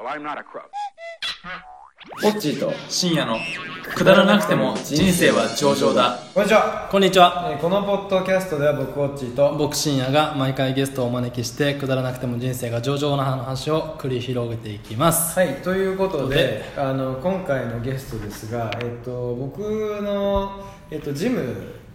I'm not a crook. オッチーと深夜のくだらなくても人生は上々だ。 こんにちは。 こんにちは。 このポッドキャストでは僕オッチーと僕深夜が毎回ゲストをお招きしてくだらなくても人生が上々な話を繰り広げていきます。 はい、ということで今回のゲストですが、僕の、ジム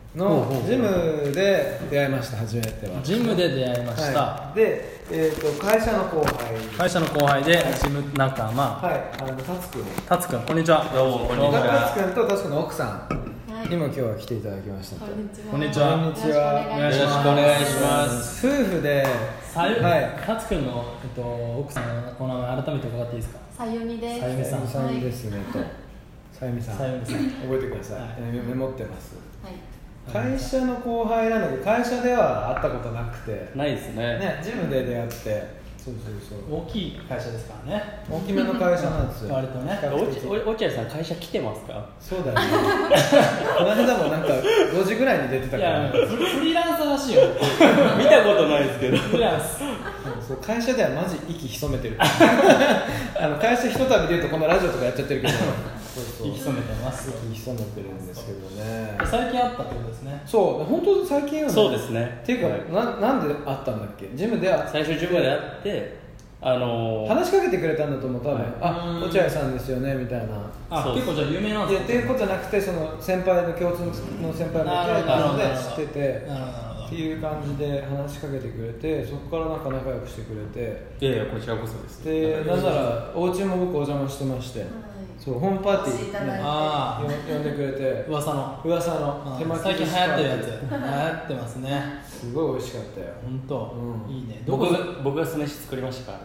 で出会いました。初めてはジムで出会いました、 はい、で、会社の後輩でジム仲間、 はい、タツくんこんにちは。 どうもこんにちは。 タツくんとタツくんの奥さんにも今日は来ていただきました。 こんにちは。 よろしくお願いします。夫婦でタツくんの、奥さんのお名前改めて伺っていいですか？ さゆみです。 さゆみさんですねとさゆみさん覚えてください、 はい、 メモってます。 はい。 会社の後輩なんだけど、会社では会ったことなくてないですね。 ジムで出会って、そう大きい会社ですからね。 大きめの会社なんですよ。 割とね。 落合さん会社来てますか？ そうだよね。この間もなんか5時ぐらいに出てたから。 フリーランサーらしいよ。 見たことないですけど。 フリーランス。 そう会社ではマジ息潜めてる。会社ひとたびで言うとこのラジオとかやっちゃってるけど。 息潜めてますよ。 息潜めてるんですけどね。 最近会ったってことですね。 そう本当最近よね。 そうですね。 っていうか、なんで会ったんだっけ？ジムで最初ジムで会って話しかけてくれたんだと思う多分、落合さんですよねみたいな。 結構じゃあ有名なんですか？ っていうことじゃなくて、その先輩の共通の先輩がいたので知っててっていう感じで話しかけてくれて、そこからなんか仲良くしてくれて。 いやいやこちらこそです。 でなんならお家も僕お邪魔してまして、そうホームパーティー呼んでくれて、 噂の手巻き最近流行ってるやつ流行ってますね。 すごい美味しかったよ。 本当、いいね。 僕が酢飯作りましたから。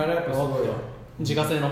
なるほど、すごいよ。 自家製でめっ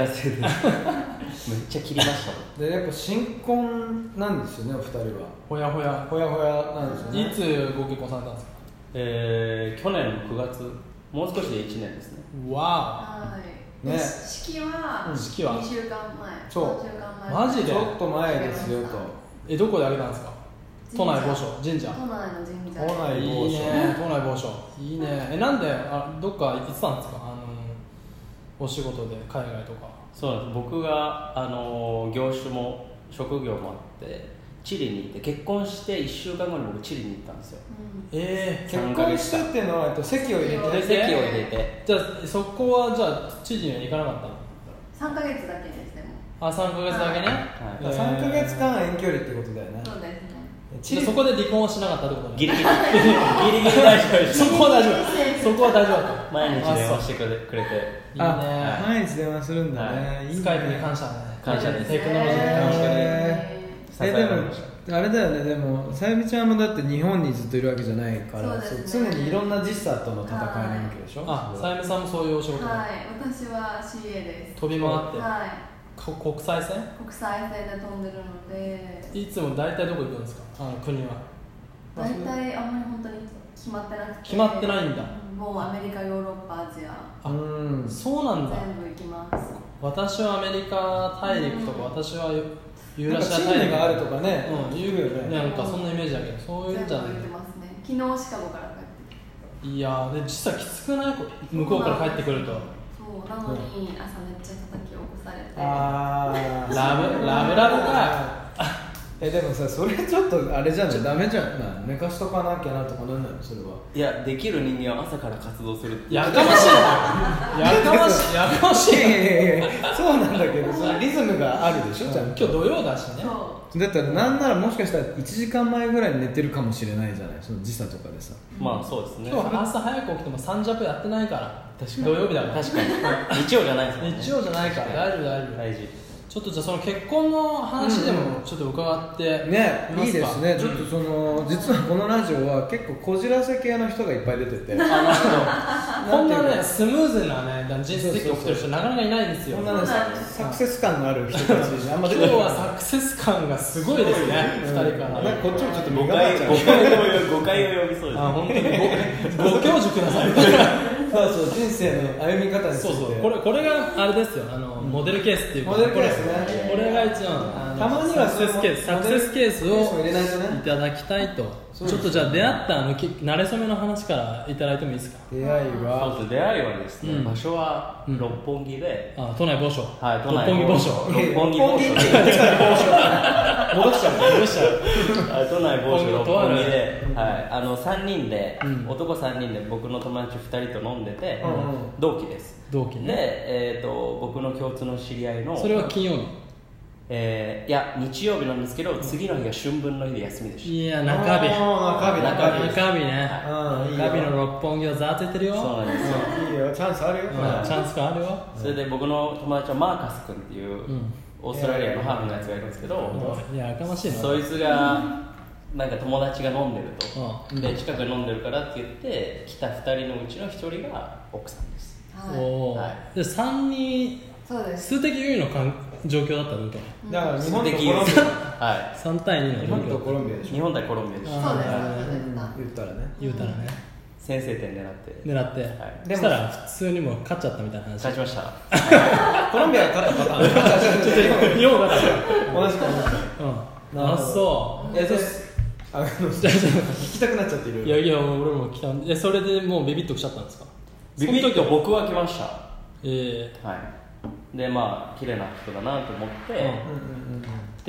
ちゃ切りましたでやっぱ新婚なんですよね、お二人は。 ほやほやなんですよね。 いつご結婚されたんですか？ 去年の9月、もう少しで1年ですね。 わー、ね、式は2週間前。 そうマジでちょっと前ですよと。 どこであげたんですか？都内某所神社。 都内の神社。 いいね。都内某所いいね。なんでどっか行ってたんですか？お仕事で海外とか。 そうなんです。僕が業種も職業もあってチリに行って、結婚して1週間後に僕チリに行ったんですよ。 結婚してっていうのは籍を入れて。 籍を入れて。 じゃあそこはじゃあ知事には行かなかったの ？3ヶ月だけです。でも 3ヶ月だけね。 3ヶ月間遠距離ってことだよね。 そうですね。 そこで離婚はしなかったってことね。 ギリギリ大丈夫です。 そこは大丈夫。 毎日電話してくれて。 いいね。 毎日電話するんだね。 スカイプに感謝ね。 感謝です。 テクノロジーに感謝でもあれだよね。でもさゆみちゃんもだって日本にずっといるわけじゃないから、常にいろんな時差との戦いなわけでしょ。 さゆみさんもそういうお仕事。 はい、私は CA です。 飛び回って。 はい。 国際線で飛んでるので。 いつも大体どこ行くんですか？国は。 大体あんまり本当に決まってなくて。 決まってないんだ。 もうアメリカ、ヨーロッパ、アジア。 そうなんだ。 全部行きます。 私はアメリカ大陸とか、私はユーラシア大陸があるとかね。 言うよね。なんかそんなイメージだけど、そういうんじゃない。 全部行ってますね。昨日シカゴから帰ってきて。 いやで実際きつくない？向こうから帰ってくると。 そうなのに朝めっちゃ叩き起こされて。 ラブか。 でもさ、それちょっとあれじゃん、ダメじゃん。寝かしとかなきゃなとかなんないのそれは。 いや、できる人間は朝から活動するって。 やかましい。 そうなんだけど、そのリズムがあるでしょ。じゃあ今日土曜だしね。 だったらなんならもしかしたら1時間前ぐらいに寝てるかもしれないじゃない、その時差とかでさ。 まあそうですね。 今日朝早く起きてもサンジャポやってないから。土曜日だから。 確かに。日曜じゃないですね。 日曜じゃないから大丈夫。 大事。 ちょっとじゃあその結婚の話でもちょっと伺ってね、いいですね。ちょっと実はこのラジオは結構こじらせ系の人がいっぱい出てて、 こんなねスムーズなね人生設計を起きてる人なかなかいないんですよ。 こんなねサクセス感のある人たちあんま出てない。 今日はサクセス感がすごいですね。2人から。 こっちもちょっと誤解を呼びそうです。 本当にご教授ください。 そう人生の歩み方について。 これがあれですよ。モデルケースっていうか。 モデルケースね。 これが一番たまにはサクセスケースを入れないとねいただきたいと。ちょっとじゃあ出会った慣れ初めの話からいただいてもいいですか。 出会いはそうです。出会いはですね、場所は六本木で、 都内某所。 はい、 六本木某所。 六本木某所。 戻しちゃう。 都内某所六本木で、3人で、男3人で僕の友達2人と飲んでて、同期です。 同期ね。 で、僕の共通の知り合いの。 それは金曜日。 いや日曜日なんですけど、次の日が春分の日で休みでした。 いや中日ね。中日の六本木はざわついてるよ。 そうなんですよ。 いいよ、チャンスあるよ。 チャンスがあるよ。 それで僕の友達はマーカス君っていうオーストラリアのハーフのやつがいるんですけど、 いややかましいな。 そいつがなんか友達が飲んでると、で近くに飲んでるからって言って来た2人のうちの1人が奥さんです。 で3人数的優位の状況だったらどうかだから日本とコロンビア、 はい、 3対2の日本とコロンビアでしょ。 日本対コロンビアでしょ。 そうです、 言ったらね先制点狙ってそしたら普通にもう勝っちゃったみたいな話。 勝ちました。 コロンビアが勝ったパターン日本が勝った同じかあ、そう聞きたくなっちゃっている。 いや俺も来た。それでもうビビッときちゃったんですか。 ビビッと僕は来ました。 はい。 でまあ綺麗な人だなと思って、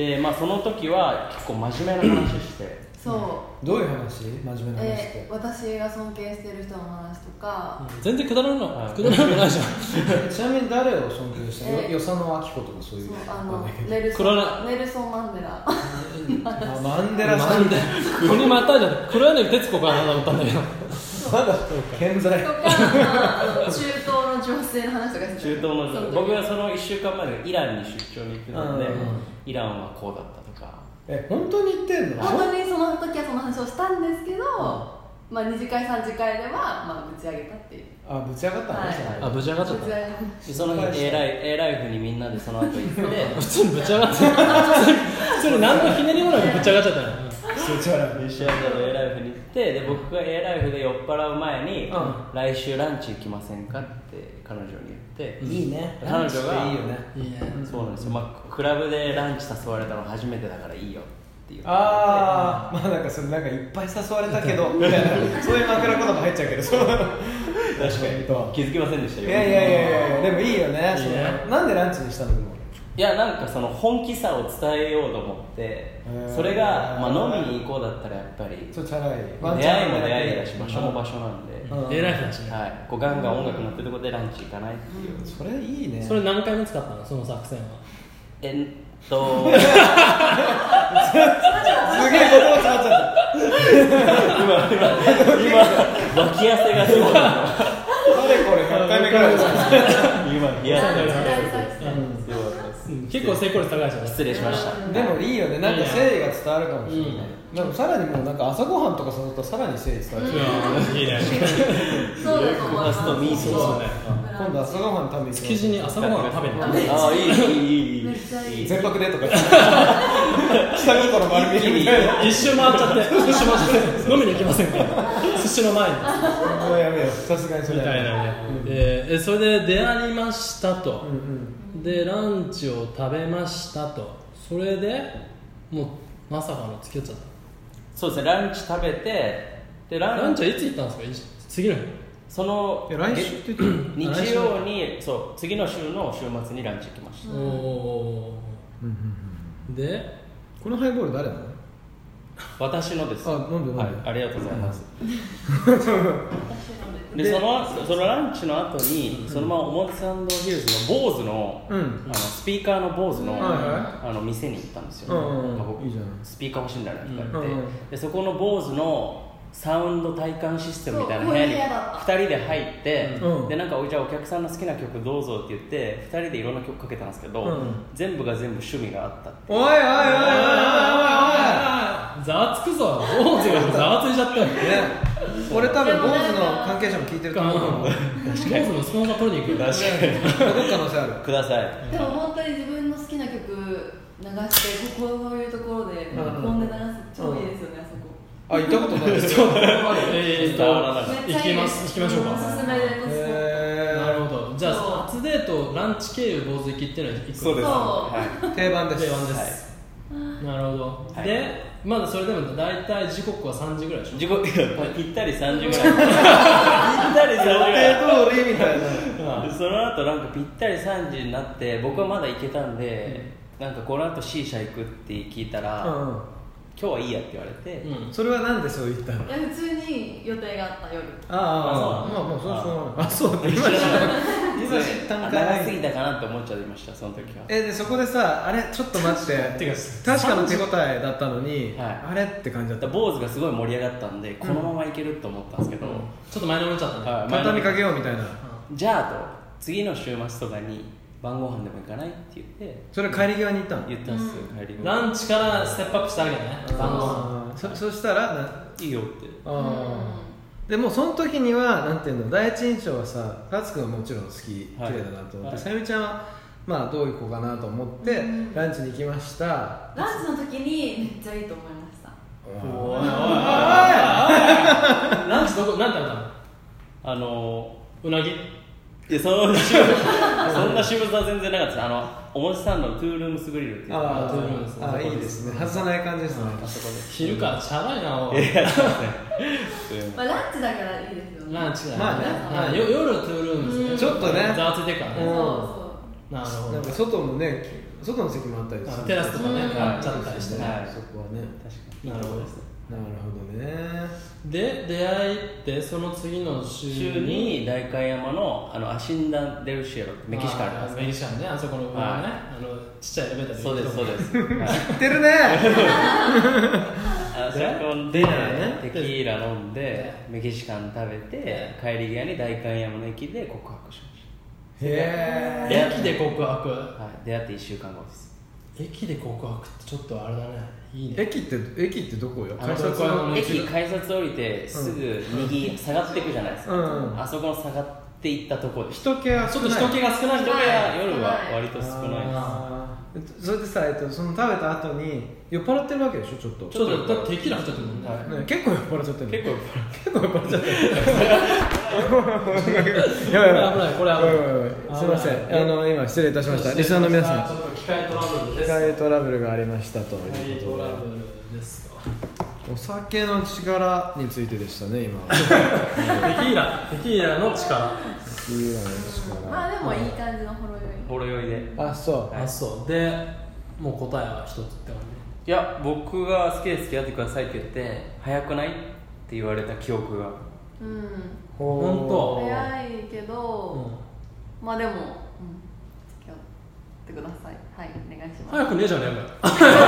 でまあその時は結構真面目な話して。 そうどういう話？真面目な話って。 私が尊敬してる人の話とか。 全然くだらないくないじゃん。 ちなみに誰を尊敬した？与謝野明子とかそういう。 ネルソン・マンデラ。 マンデラさん。 これまたじゃん。黒柳徹子かなと思ったんだけど。 まだ健在。 とか中東の女性の話とかして。 中東の女性。僕はその1週間前にイランに出張に行ってたので、イランはこうだったとか。 本当に言ってんの？ 本当にその時はその話をしたんですけど、まあ2次会3次会ではまあぶち上げたっていう。 ぶち上がったんですね。 ぶち上がっちゃった。 その日 A ライフにみんなでその後行って普通にぶち上がって普通に何のひねりもなくぶち上がっちゃったよ。 一緒に A ライフに行ってで僕が A ライフで酔っ払う前に、来週ランチ行きませんかって彼女に言って、 いいね。 彼女がいいよね。 そうなんですよ。クラブでランチ誘われたの初めてだからいいよっていう。 まあなんかそれなんかいっぱい誘われたけどみたいなそういう枕言葉入っちゃうけど確かに気づきませんでしたよ。 いやでもいいよね。なんでランチにしたの？ いやなんかその本気さを伝えようと思ってそれが、まあ、飲みに行こうだったらやっぱりちょっとチャラい出会いも出会いだし場所も場所なんで Aライフだしね。 はい、こうガンガン音楽乗ってるところでランチ行かないっていう。 それいいね。 それ何回目使ったのその作戦は。 すげえ言葉詰まっちゃった今脇汗がすごいあれこれ100回目くらいです今冷や汗が結構成功率高いじゃん。 失礼しました。 でもいいよね。なんか誠意が伝わるかもしれない。でもさらにもうなんか朝ごはんとかそうだったらさらに誠意伝わる。 いいね。 そうだと思います。 今度朝ごはん食べに築地に朝ごはん食べに行く。 いい全泊でとか下心丸見えみたいな一周回っちゃって飲みに行きませんか寿司の前にもうやめよさすがにそれみたいなね。それで出会いましたと、でランチを食べましたと。それでもうまさかの付き合っちゃった。 そうですね。ランチ食べてでランチはいつ行ったんですか？次の日。 その来週って日曜にそう次の週の週末にランチ行きました。 でこのハイボール誰なの？ 私のです。 飲んで、 はい、ありがとうございます。でそのランチの後にそのまま表参道ヒルズの坊主の、スピーカーの坊主の、店に行ったんですよ、僕スピーカー欲しいんだよねとか言って、でそこの坊主のサウンド体感システムみたいな部屋に2人で入って、でなんかじゃあお客さんの好きな曲どうぞって言って2人でいろんな曲かけたんですけど、全部が全部趣味があったって。 おいおいおいおいおいざわつくぞ。坊主がざわついちゃったよね。 俺多分坊主の関係者も聞いてると思う。 坊主のスポンサー取りに行く。 確かに届く可能性ある。 ください。 でも本当に自分の好きな曲流してこういうところで録音で流す超いいですよね、あそこ。 行ったことないですよ。 行きましょうか。 おすすめで。 なるほど。じゃあ初デートランチ経由坊主行きっていうのは1個。 そうです。 定番です。 なるほど、はい、でまだそれでも大体時刻は3時ぐらいでしょ。 時刻ぴったり3時ぐらいぴったり3時ぐらい通りみたいなその後なんかぴったり3時になって僕はまだ行けたんで、なんかこの後 C 社行くって聞いたら、今日はいいやって言われて、 それはなんでそう言ったの？ いや普通に予定があった夜。 まあもうそれはしょうがない。そう今知ったんか長すぎたかなって思っちゃいましたその時は。 でそこでさあれちょっと待って確かの手応えだったのに、あれって感じだった。 坊主がすごい盛り上がったんでこのままいけると思ったんですけど、 ちょっと前のめっちゃったね。 簡単にかけようみたいな。 じゃあと次の週末とかに晩ご飯でも行かないって言って。 それ帰り際に行ったの？ 言ったんですよ、帰り際。 ランチからステップアップしたわけね、晩ご飯。 そしたらいいよって。 でもその時にはなんていうの、第一印象はさ、勝君はもちろん好き、綺麗だなと思って、さゆみちゃんはまあどう行こうかなと思ってランチに行きました。 ランチの時にめっちゃいいと思いました。 おいランチどこ何食べたの？うなぎ。 いやそんな私物は全然なかったです。おもちさんのトゥールームスグリルっていう。 トゥールームですね。 いいですね。外さない感じですね。 あそこで昼からチャラいな。 まあランチだからいいですよね。 ランチだ。 まあね。 夜トゥールームですね。 ちょっとね。 ざわついてるからね。 そうなるほど。 なんか外もね、外の席もあったりする。 テラスとかね、あっちゃったりしてね。 そこはね。 確かに。 なるほどですね。 なるほどね。 で出会いってその次の週に代官山のアシンダ・デルシエロってメキシカンです。 メキシカンね、あそこの上のね、ちっちゃいエレベーターで。 そうですそうです。 知ってるね。 あそこでテキーラ飲んでメキシカン食べて帰り際に代官山の駅で告白しました。 へえ。 駅で告白。 はい、出会って1週間後です。 駅で告白ってちょっとあれだね。いいね。 駅ってどこよ？ 改札降りてすぐ右下がっていくじゃないですか。あそこの下がっていったところで人気がちょっと人気が少ない。 人気が夜は割と少ないです。それでさ、その食べた後に酔っ払ってるわけでしょ？ちょっとだってテキーラ入っちゃってるもんね。 結構酔っ払っちゃってる。 結構酔っ払っちゃってる。 やばい危ない、これ危ない。 すみません、今失礼いたしました。リスナーの皆さん、 ちょっと機械トラブルです。 機械トラブルがありましたということで。 機械トラブルですか。 お酒の力についてでしたね、今。 テキーラの力。 まあでもいい感じのほろ酔いで。 あ、そう。 あ、そうでもう答えは一つって感じ。いや、僕が好きで付き合ってくださいって言って早くないって言われた記憶が。 本当。 早いけど、まあでも付き合ってください。はい、お願いします。 早くねえじゃねえかよ。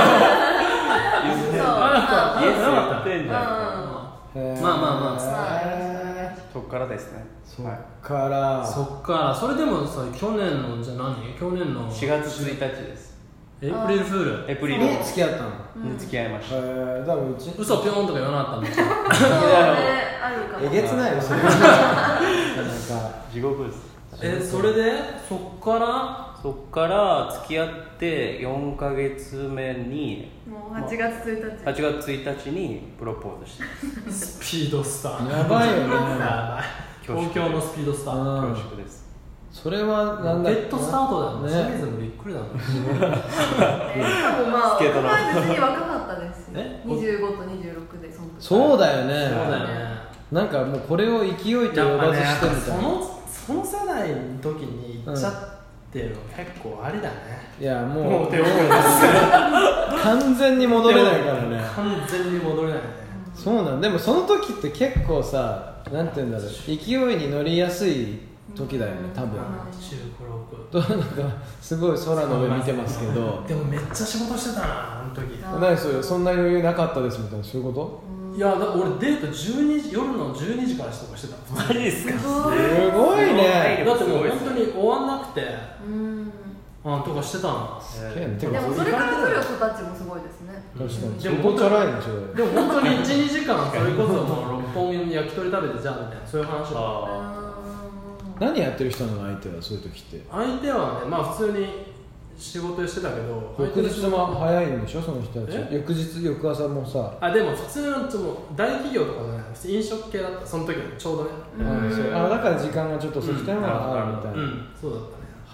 言ってんじゃん。 まあそっからですね。 そっからそれでもさ、去年のじゃ何？去年の 4月1日です。 エイプリルフール。 エイプリルに付き合ったの？ に付き合いました。 だからうち嘘ぴょんとか言わなかったんだ。 えげつないよそれ。 地獄です。 それでそっから付き合って4ヶ月目にもう8月1日 8月1日にプロポーズしてスピードスター。 やばいよね。 東京のスピードスター。 恐縮です。 それはなんだっけ？ ベッドスタートだよね。清水もびっくりだね。 しかもまあ別に若かったですし、25と26でその時。 そうだよね。 そうだよね。 なんかもうこれを勢いと呼ばずしてみたいな。 その世代の時に行っちゃってるの結構ありだね。 いやもう完全に戻れないからね。 完全に戻れないね。 そうなんでもその時って結構さ、なんて言うんだろう、勢いに乗りやすい時だよね、多分。なんかすごい空の上見てますけど。 でもめっちゃ仕事してたな、あの時。 何それ、そんな余裕なかったですみたいな、そういうこと？ いや、俺デート夜の12時からとかしてた。 マジですか？ すごいね。 だってもう本当に終わんなくてとかしてたの。 でもそれから来る子たちもすごいですね。 確かに。でも本当にでも本当に 1,2 時間それこそもう六本木に焼き鳥食べてじゃあみたいな、そういう話だ。 何やってる人なの、相手は？そういう時って。 相手はね、まあ普通に仕事してたけど、 翌日も早いんでしょ、その人たち。翌朝もさ。 でも普通の大企業とかじゃない、飲食系だった、その時ちょうどね。 だから時間がちょっとそしたのがあるみたいな。 そうだったね。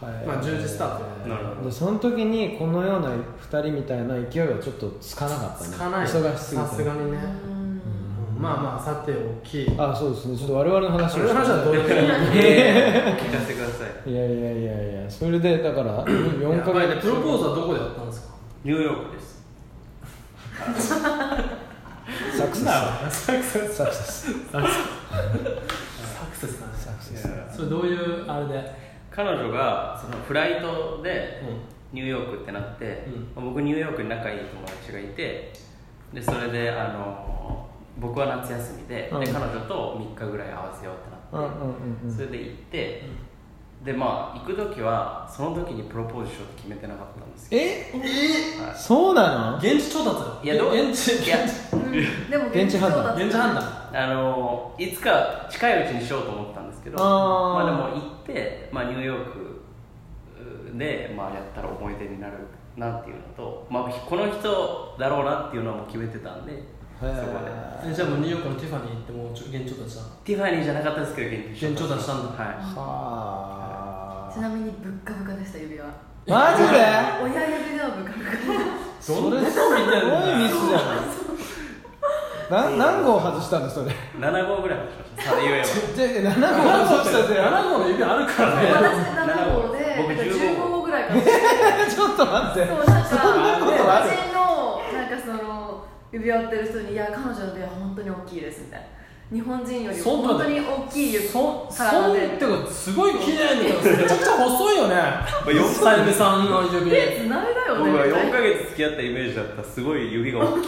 まあ10時スタート。 なるほど。 でその時にこのような2人みたいな勢いはちょっとつかなかったね。 つかない。 忙しすぎて。 さすがにね。まあまあさておき。 あ、そうですね。ちょっと我々の話を。 我々の話はどういうふうに聞かせてください。 いや、それでだから4ヶ月。 プロポーズはどこでやったんですか？ ニューヨークです。 サクセス。サクセスだね。それどういうあれで？ 彼女がそのフライトでニューヨークってなって、僕ニューヨークに仲いい友達がいて、でそれで僕は夏休みで、彼女と3日ぐらい合わせようってなって、それで行って、でまあ行く時はその時にプロポーズしようって決めてなかったんですけど。はい、 そうなの？ 現地調達？ いやでも現地判断。 いつか近いうちにしようと思ったんですけど、まあでも行って、まあ、ニューヨークで、まあ、やったら思い出になるなっていうのと、まあ、この人だろうなっていうのはもう決めてたんで、そこで。 じゃあもうニューヨークのティファニー行ってもう現地調達したの？ ティファニーじゃなかったですけど現地調達したんだ。 はちなみにぶっかぶかでした、指輪。 マジで？ 親指ではぶっかぶか。 それすごいミスじゃない。何号外したのそれ ？7号ぐらい外しました。言えば 7号外したって 7号の指あるからね。 私7号で僕 15号ぐらいからちょっと待って。 そうなんか私のなんかその指輪売ってる人に、いや彼女の指輪本当に大きいですみたいな。日本人よりも本当に大きい指体で。ってかすごい綺麗にめちゃくちゃ細いよね。4歳目さんの指。 手つないだよね。 僕は4ヶ月付き合ったイメージだったらすごい指が大きい。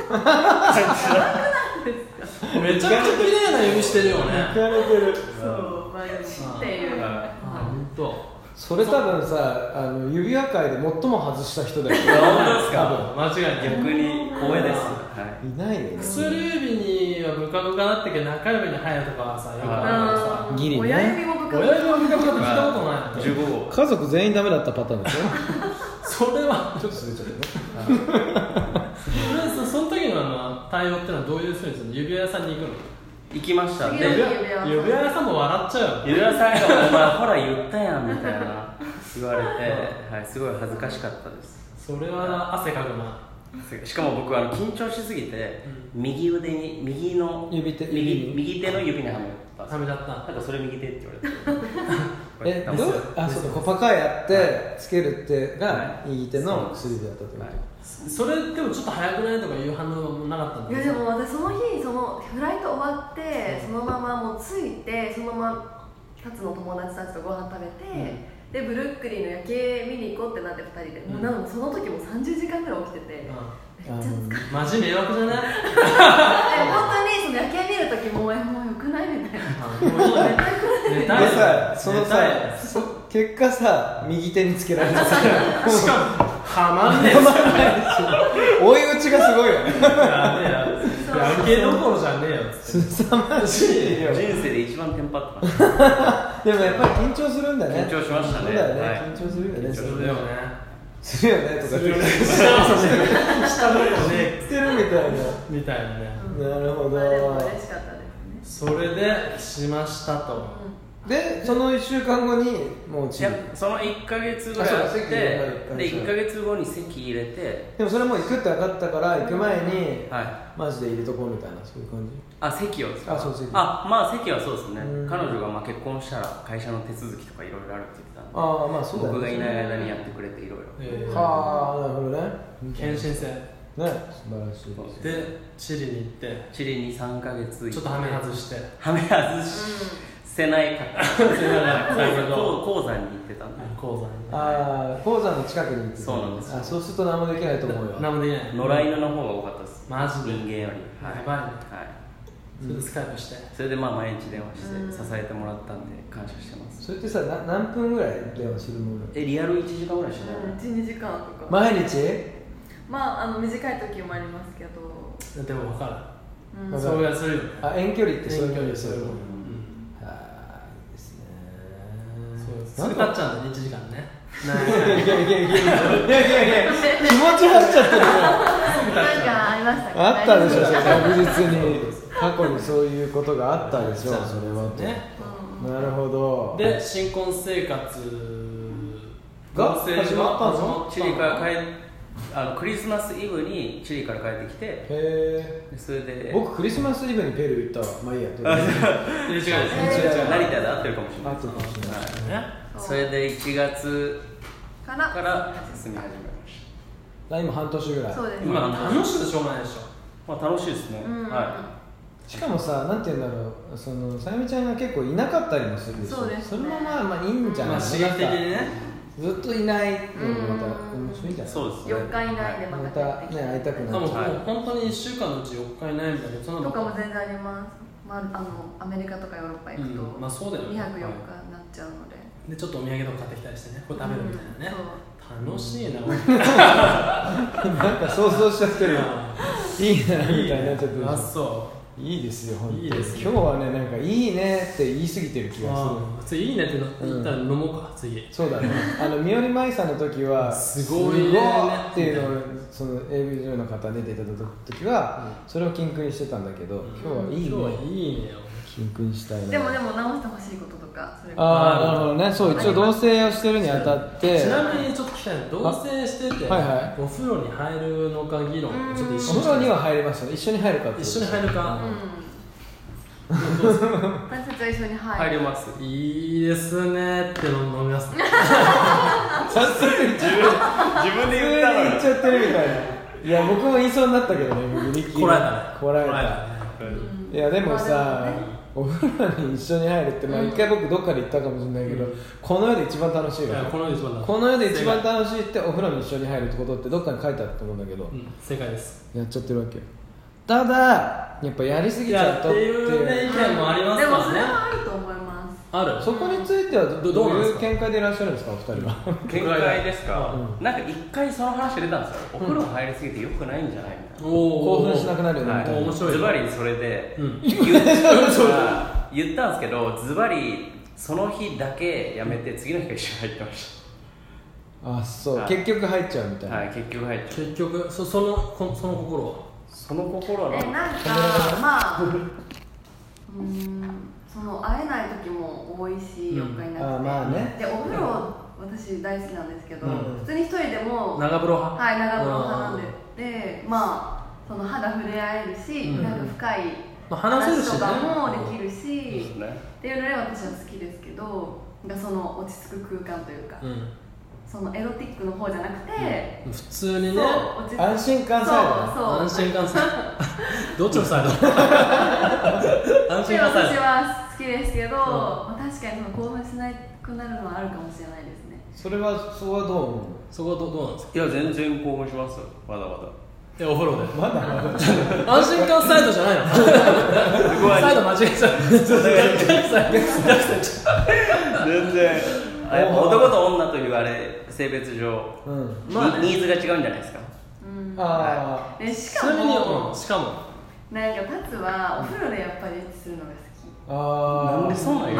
めちゃくちゃ綺麗な指してるよね。 聞かれてる。 そう、まあっていう。 本当。 それ多分さ、指輪界で最も外した人だよ。 本当ですか？ 間違いない。 逆に光栄です。 いないよね。 薬指にはブカブカだったけど中指に入るとかはさ、よくあるさ。 ギリね。 親指もブカブカ。 親指もブカブカって聞いたことない。 15号。 家族全員ダメだったパターンでしょ。 それはちょっとすれちゃったね。 その時の対応ってのはどういうふうにするの？指輪屋さんに行くの？ 行きました。で指輪屋さんも笑っちゃうよ。 指輪さんがお前ほら言ったやんみたいな言われて、はい、すごい恥ずかしかったです。 それは汗かくな。 しかも僕緊張しすぎて、右腕に右手の指にはめちゃった。 なんかそれ右手って言われて。 そうか、パカやってつけるってが右手の薬指だったってこと。 それでもちょっと早くないとかいう反応もなかったんだけど。 いやでも私その日フライト終わってそのままもう着いてそのまま2つの友達たちとご飯食べて、でブルックリンの夜景見に行こうってなって2人で、もうなのでその時も30時間ぐらい起きてて、めっちゃ疲れてマジ迷惑じゃない？ 本当にその夜景見る時もうよくないみたいな。 でさ、そのさ結果さ右手につけられてさ、 しかもはまんねえ。 追い打ちがすごいよね。 夜景どころじゃねえよ。 すさまじいよ。 人生で一番テンパってました。 でもやっぱり緊張するんだね。 緊張しましたね。 そうだよね。緊張するよね。 するよね。 するよねとか。するよね。 下のよね。 してるみたいな。 みたいなね。 なるほど。 嬉しかったですね。 それでしましたと。 で、その1週間後にもうチリ。 その1ヶ月ぐらいあって、で1ヶ月後に籍入れて。 でもそれもう行くって分かったから行く前に、マジで入れとこうみたいな、そういう感じ。 籍をですか？ そう籍。 まあ籍はそうですね。彼女が結婚したら会社の手続きとかいろいろあるって言ってたんで、 まあそうだね。 僕がいない間にやってくれていろいろ。 はあ、なるほどね。 献身性。 ね、素晴らしいです。 で、チリに行って、 チリに3ヶ月ちょっとハメ外して。 ハメ外せないかった。鉱山に行ってたんで。 鉱山に。鉱山の近くに行ってた。 そうなんです。 そうすると何もできないと思うよ。 何もできない。 野良犬の方が多かったです。 マジで人間より。 やばいね。それでスカイプして。 それで毎日電話して支えてもらったんで感謝してます。 それってさ、何分ぐらい電話するもの？ リアル1時間ぐらいしてない ？1、2時間とか。 毎日？ まあ短い時もありますけど。 でも分かる。そうやするよね。 遠距離ってそういう距離する。 すぐ経っちゃうんだね、1時間ね。 いや気持ち入っちゃってるよ。 なんかありましたか？ あったでしょ、確実に。過去にそういうことがあったでしょ、それはね。なるほど。 で、新婚生活が始まったの？ チリからクリスマスイブにチリから帰ってきて、 へそれで僕クリスマスイブにペルー行ったわ。まあいいや。 違う成田で会ってるかもしれない。それで1月から進み始めました。 今半年ぐらい。 そうです。 今楽しくてしょうがないでしょ。 まあ楽しいですね。はい。 しかもさ、なんて言うんだろう、さゆみちゃんが結構いなかったりもするでしょ。 そうですね。 それもまあいいんじゃない？ 刺激的にね。 ずっといないのもまた面白いんじゃない？ そうですね。 4日以内でまたね会いたくなっちゃう。 本当に1週間のうち4日いないみたいな。 とかも全然あります。アメリカとかヨーロッパ行くと、 まあそうだよね。 2泊4日になっちゃうので。 でちょっとお土産とか買ってきたりしてね、これ食べるみたいなね。楽しいな。 なんか想像しちゃってる。いいなみたいになっちゃってる。 あ、そう。 いいですよ、本当に。 いいです。 今日はね、なんかいいねって言い過ぎてる気がする。 次いいねって言ったら飲もうか、次。 そうだね。三織舞さんの時はすごいねっていうのをその AV 女優の方出ていただいた時はそれを禁句にしてたんだけど、今日はいいね。 今日はいいねよ。 禁句にしたいな。 でも直してほしいこととか、それああ、なるほどね。そう、一応同棲をしてるにあたってちなみにちょっと聞きたいの、同棲しててお風呂に入るのか議論、ちょっと一緒に。 お風呂には入りますよ。一緒に入るか。 一緒に入るか。 私たちは一緒に入ります。 いいですねって飲みます。 早速自分で言ったのに言っちゃってるみたいな。いや僕も言いそうになったけどね。 こらえたね。 こらえた。いやでもさ、お風呂に一緒に入るって一回僕どっかで言ったかもしれないけど、この世で一番楽しいから。この世で一番楽しいってお風呂に一緒に入るってことってどっかに書いてあったと思うんだけど。 正解です。 やっちゃってるわけよ。ただやっぱやりすぎちゃうとっていう意見もありますからね。 でもそれはあると思います。 ある。 そこについてはどういう見解でいらっしゃるんですか、お二人は。 見解ですか。なんか一回その話出たんですよ。お風呂入りすぎて良くないんじゃないみたいな。 興奮しなくなるよね。 面白い。 ズバリそれで言ったんですけど、ズバリその日だけやめて次の日が一緒に入ってました。 あ、そう。結局入っちゃうみたいな。 はい、結局入っちゃう。 結局その心は。 その心はなんかまあその会えない時も多いし、4日になって、 まあね、 でお風呂私大好きなんですけど、普通に一人でも長風呂派、 はい、長風呂派なんで、まあその肌触れ合えるし、なんか深い話とかもできるし、っていうので私は好きですけど、その落ち着く空間というか、そのエロティックの方じゃなくて、 普通にね、 安心感サイド、 安心感サイド、どっちのサイド？安心感サイド。 私は好きですけど、確かにその興奮しなくなるのはあるかもしれないですね。 そこはどう思う？ そこはどうなんですか？ いや全然興奮します。まだまだ。 お風呂で。 まだ安心感サイドじゃないの？サイド間違えちゃう。 全然。男と女というあれ性別上、ニーズが違うんじゃないですか。 しかもなんかタツはお風呂でやっぱりエッチするのが好き。 なんでそうなんや。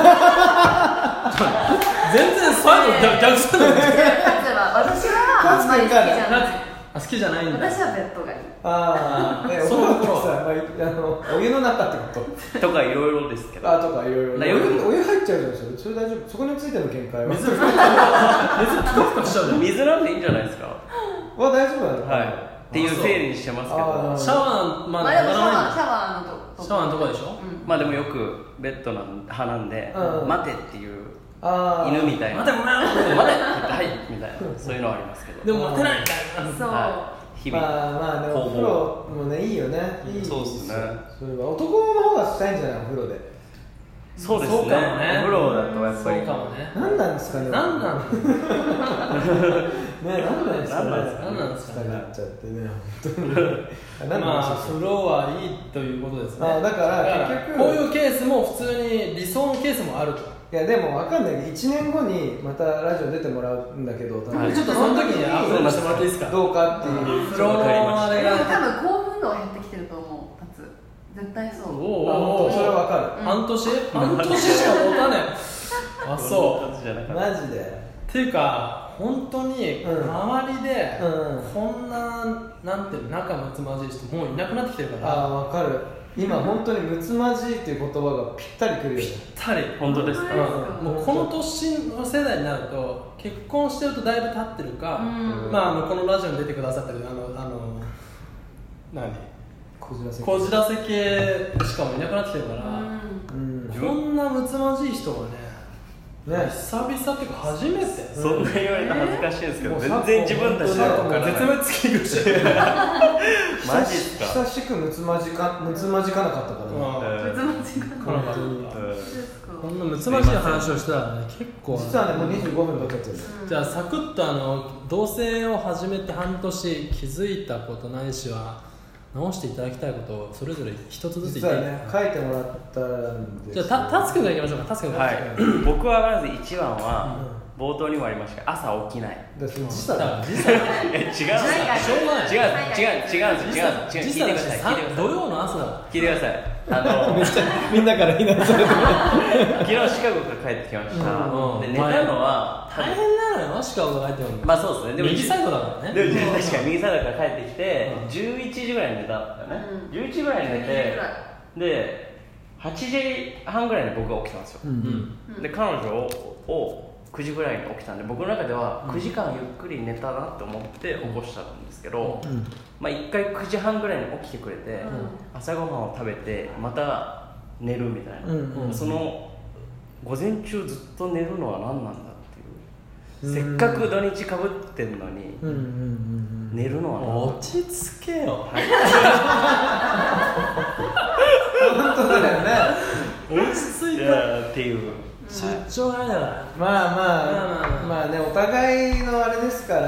全然サイド逆するの。 タツは私はあんまり好きじゃない。 好きじゃないんだ。 私はベッドがいい。 その頃さ、お湯の中ってこと？ とかいろいろですけど。 とかいろいろ。お湯入っちゃうじゃないですか。それ大丈夫？そこについての見解は？水ふかふかしちゃうじゃん。 水なんでいいんじゃないですか。 大丈夫なの？ はい。っていう整理にしてますけど。 シャワーまだシャワーのとこでしょ。 まあでもよくベッド派なんで、待てっていう。犬みたいな。 待てごめん。 はいみたいな、そういうのはありますけど。 でも待てないみたいな。 そう。 日々。 まあでもお風呂もねいいよね。 そうですね。 それは男の方がしたいんじゃない、お風呂で。 そうですね。お風呂だとやっぱり。 そうかもね。 何なんですかね。 何なんですかね。 何なんですかね。 何なんですかね。 なっちゃってね、本当に。 まあ風呂はいいということですね。 だから結局こういうケースも普通に理想のケースもあると。 いやでも分かんないけど、1年後にまたラジオ出てもらうんだけど、ちょっとその時にアップロードしてもらっていいですか。 どうかっていう。 風呂のあれが多分興奮度は減ってきてると思う。タツ絶対そう。 それは分かる。 半年しか持たねえ。あ、そうマジで。 っていうか本当に周りでこんななんていう仲睦まじい人もういなくなってきてるから。 分かる。 今本当にむつまじいっていう言葉がぴったりくるよね。 ぴったり。 本当ですか。 もうこの年の世代になると結婚してるとだいぶ経ってるか、まあこのラジオに出てくださってるこじらせ系しかもいなくなってきてるから、こんなむつまじい人がね、久々っていうか初めて。 そんな言われたら恥ずかしいんですけど、全然自分たちで分からない。 絶滅危惧種。 マジっすか。 久しくむつまじかなかったからね。 むつまじかなかった。 こんなむつまじい話をしたらね、結構実はね、もう25分経っちゃってる。 じゃあサクッと同棲を始めて半年気づいたことないしは直していただきたいことをそれぞれ一つずつ言っていいですか。 書いてもらったんで。 じゃあタスクがいきましょうか。タスクが。 僕はまず一番は冒頭にもありましたが、朝起きない。 時差だ。 違う。しょうがない。違う。聞いてください。 土曜の朝だ。 聞いてください。 みんなから非難されてる。 昨日シカゴから帰ってきました。で寝たのは大変なのよ。シカゴが帰ってくるの。 まあそうですね。でも右サイドだからね。 でも確かに右サイドから帰ってきて11時ぐらいに寝たんだよね。11時ぐらいに寝て、で8時半ぐらいに僕が起きたんですよ。で彼女を9時ぐらいに起きたんで、僕の中では9時間ゆっくり寝たなって思って起こしたんですけど、まあ1回9時半ぐらいに起きてくれて、朝ごはんを食べてまた寝るみたいな、その午前中ずっと寝るのは何なんだっていう、せっかく土日かぶってんのに寝るのは何なんだ。 落ち着けよ。 本当だよね。 落ち着いたっていう出張がだから。 まあね、お互いのあれですから、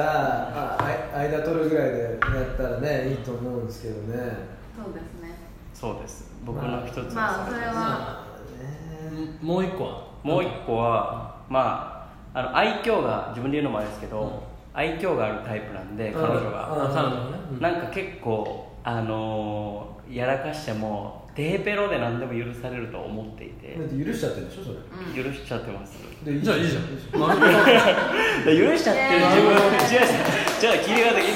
間取るぐらいでやったらね、いいと思うんですけどね。 そうですね。 そうです。僕の一つです。 まあそれはもう一個はまあ愛嬌が、自分で言うのもあれですけど、愛嬌があるタイプなんで、彼女がなんか結構やらかしてもデーペロで何でも許されると思っていて。 許しちゃってるでしょそれ。 許しちゃってます。 じゃあいいじゃん。 許しちゃってる自分。じゃあ聞いてください。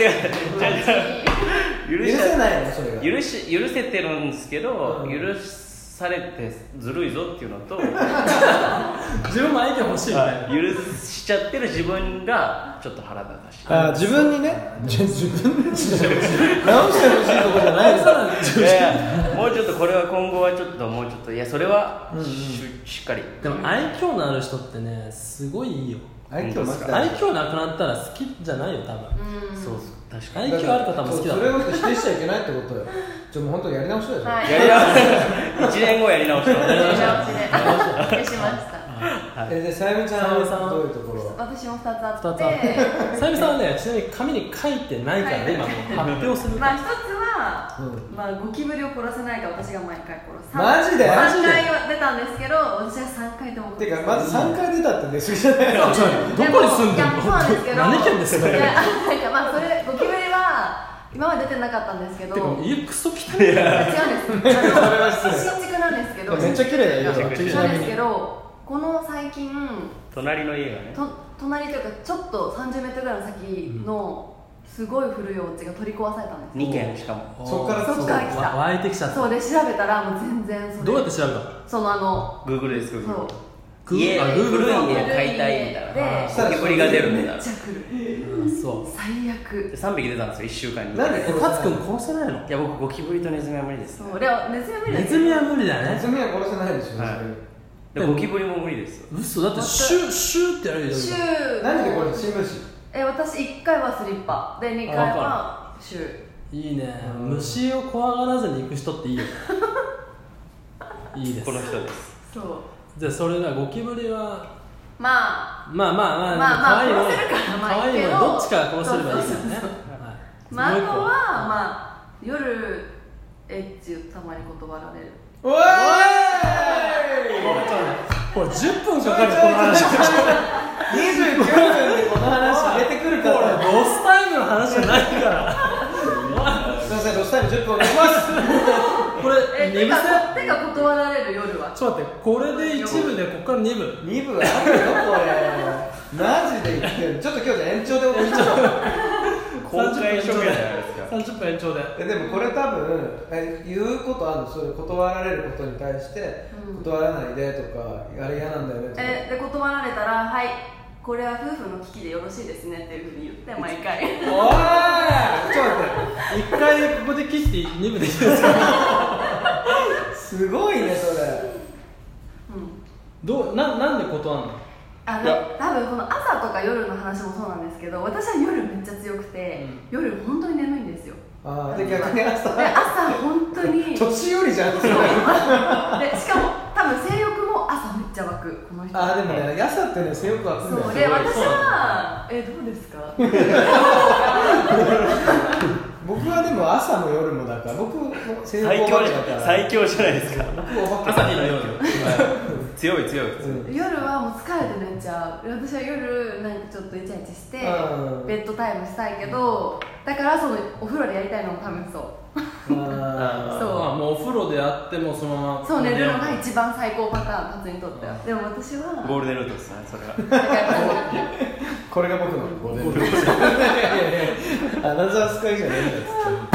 許せないのそれが。 許せてるんですけど、許されてずるいぞっていうのと、 自分も愛嬌欲しいみたいな。 許しちゃってる自分がちょっと腹立たしい。 自分にね。自分に直してほしいとこじゃないですもうちょっとこれは今後はちょっともうちょっと、いやそれはしっかり。 でも愛嬌のある人ってね、すごいいいよ。 愛嬌なくなったら好きじゃないよ多分。 そう確かに。 愛嬌ある方も好きだ。 それを否定しちゃいけないってことよ。もう本当にやり直しだよ。 1年後やり直しで消しました。 でさゆみちゃんはどういうところ？ 私も2つあって。 さゆみさんはね、ちなみに紙に書いてないからね、今もう発表する。 まあ一つは、まあゴキブリを殺せないか私が毎回殺す。 マジで ？3回は出たんですけど、私は3回とも。 てかまず3回出たって出過ぎじゃないの？ どこに住んでるの？ そうなんですけど。 何県ですか？ なんかまあそれゴキブリは今まで出てなかったんですけど。 てか家クソ汚い。 違うんです。新築なんですけど。 めっちゃ綺麗だよ。 なんですけど。この最近隣の家がね、 隣というかちょっと30メートルぐらいの先のすごい古いお家が取り壊されたんです。 2軒しかも。 そっから来た。 湧いてきちゃった。 そうで調べたらもう全然それ。 どうやって調べた？ その Google です。 そう。 古い家買いたいみたいな。ゴキブリが出るみたいな。 めっちゃ来る。 そう。 最悪。 3匹出たんですよ1週間に。 なんでタツくん殺せないの？ いや僕ゴキブリとネズミは無理です。 そう。ネズミは無理だ。 ネズミは無理だね。 ネズミは殺せないでしょ。 ゴキブリも無理です。 嘘だってシューってやるよ。 何でこれ新聞紙？ 私1回はスリッパで2回はシュー。 いいね。虫を怖がらずに行く人っていいよ。いいです。 この人です。 そう。 じゃあそれがゴキブリはまあ可愛いの殺せるから可愛いのどっちか殺せればいいからね。 まああとはまあ夜エッチたまに断られる。 おーい！ これ10分かかるこの話。 29分でこの話入れてくるから。 ロスタイムの話じゃないから。 すみません、ロスタイム10分お願いします。 これ手が断られる夜は。 ちょっと待って、これで1部でここから2部。 2部あるよこれ。マジで言ってる。ちょっと今日で延長でお願いします。 公開処刑じゃないですか。 30分延長で。 でもこれ多分言うことあるの、それ断られることに対して断らないでとか、あれ嫌なんだよねとか。 で断られたら、はい、これは夫婦の危機でよろしいですねっていうふうに言って毎回。 おい、ちょっと待って、一回ここでキスって2部でいいですか？ すごいねそれ。 なんで断るの？ 多分この朝とか夜の話もそうなんですけど、私は夜めっちゃ強くて、夜本当に眠いんですよ。 で逆に朝本当に年寄りじゃん。そうでしかも多分性欲も朝めっちゃ湧くこの人。 でもね、朝ってね性欲湧くんだよ。 そうで、私はどうですか？ 僕はでも朝も夜もだから、僕も性欲お化けだから最強じゃないですか。 朝日の夜強い、 夜はもう疲れて寝ちゃう。私は夜なんかちょっとイチャイチしてベッドタイムしたいけど、だからそのお風呂でやりたいのも多分そう。そうもうお風呂でやってもそのままそう寝るのが一番最高パターン、達にとっては。でも私はゴールデンルートですね、それが。 これが僕のゴールデンルート。アナザースカイじゃねえんだっつって。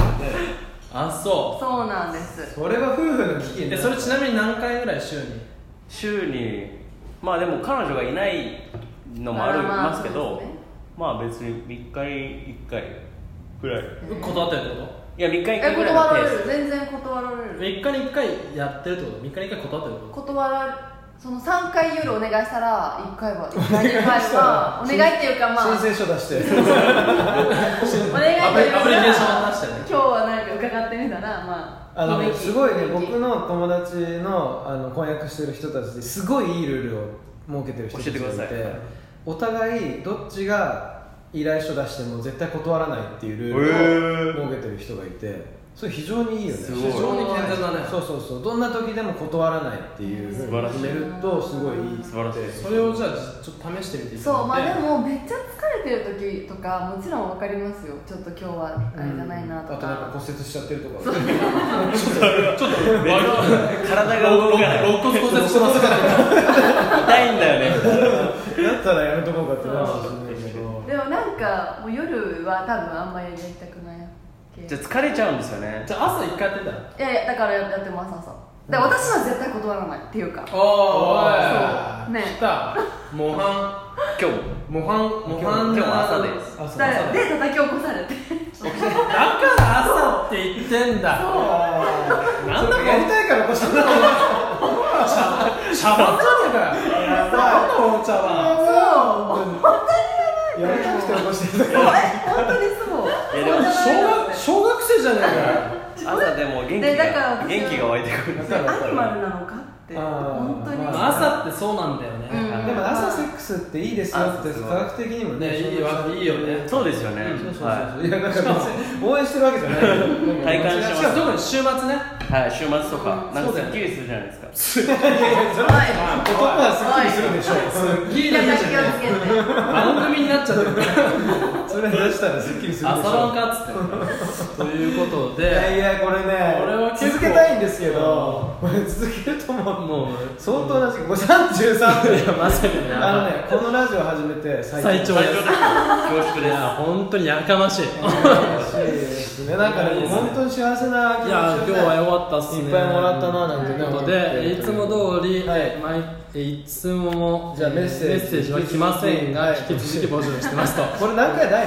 そうなんです。 それは夫婦の危機。 それちなみに何回ぐらい週にまあでも彼女がいないのもありますけど、まあ別に3日に1回ぐらい。 断ってるってこと？ いや、3日に1回ぐらい断られる。全然断られる。 3日に1回やってるってこと？3日に1回断ってるってこと？ 断られる。その3回夜お願いしたら1回は2回はお願いっていうか、まあ申請書出してお願いというか、 アプリケーションを出してね。 今日は何か伺ってみたら、まあすごいね、僕の友達の婚約してる人たちですごいいいルールを設けてる人たちがいて、お互いどっちが依頼書出しても絶対断らないっていうルールを設けてる人がいて、それ非常にいいよね。 非常に健全だね。 そうどんな時でも断らないっていうふうに決めるとすごいいい。 素晴らしい。 それをじゃあちょっと試してみていただいて。 そう、まあでもめっちゃ疲れてる時とかもちろん分かりますよ。ちょっと今日はあれじゃないなとか、 あとなんか骨折しちゃってるとか、 ちょっと体が動かない、 肋骨骨折してますから痛いんだよね。 だったらやめとこうかってなるかもしれないけど、 でもなんかもう夜は多分あんまりやりたくない。 じゃあ疲れちゃうんですよね。 じゃあ朝1回やってたら、 いやだからやってます朝。で私は絶対断らないっていうか。 おいね。 来た。模範。 今日朝です。 で叩き起こされて。 だから朝って言ってんだ。 なんだやりたいから起こしたんだ。 茶番じゃねえかよ。なんだこの茶番。 本当にやりたくて起こしてる。 本当にそう。 小学生じゃねえかよ。 朝でも元気が湧いてくる。 アニマルなのかって本当に。 朝ってそうなんだよね。 でも朝セックスっていいですよって科学的にもね、 いいよね。 そうですよね。 いやだから応援してるわけじゃない。 体感します。 しかも特に週末ね。 はい、週末とかなんかすっきりするじゃないですか。 男はすっきりするでしょ。 すっきりだけじゃね。番組になっちゃってる。 それ出したらすっきりするでしょ。 朝晩かっつって。ということで、 いやこれね続けたいんですけど、これ続けるともう相当な時間。もう33分。 いやまさにね。 このラジオ始めて最長です。恐縮です。本当にやかましい。 なんかね本当に幸せな気持ちで。 いや今日は良かったっすね。 いっぱいもらったななんてね。 ということでいつも通りいつもじゃあメッセージは来ませんが引き続き募集してますと。 これ何回第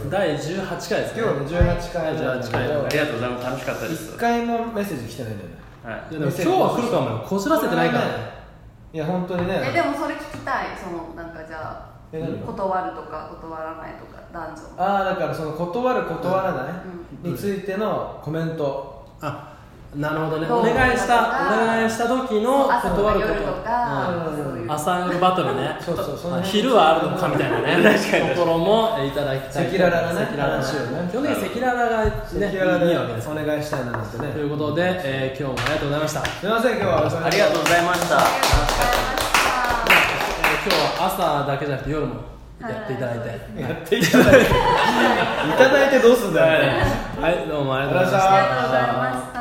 18回ですね。 今日ね18回。 ありがとうございます。楽しかったです。 1回もメッセージ来てないんだよね。 はい。でも今日は来るかもよ。こすらせてないからね。 いや本当にね。 でもそれ聞きたい。そのなんかじゃあ断るとか断らないとか男女。 だからその断る断らないについてのコメント。 なるほどね。お願いした時の断ること。朝夜バトルね。昼はあるのかみたいなね。ところもいただきたい。 赤裸々なね。 基本的に赤裸々がねいいわけです。 お願いしたいなってね。 ということで今日もありがとうございました。 すみません今日はありがとうございました。 今日は朝だけじゃなくて夜もやっていただいて。 いただいてどうすんだよ。 はいどうもありがとうございました。 ありがとうございました。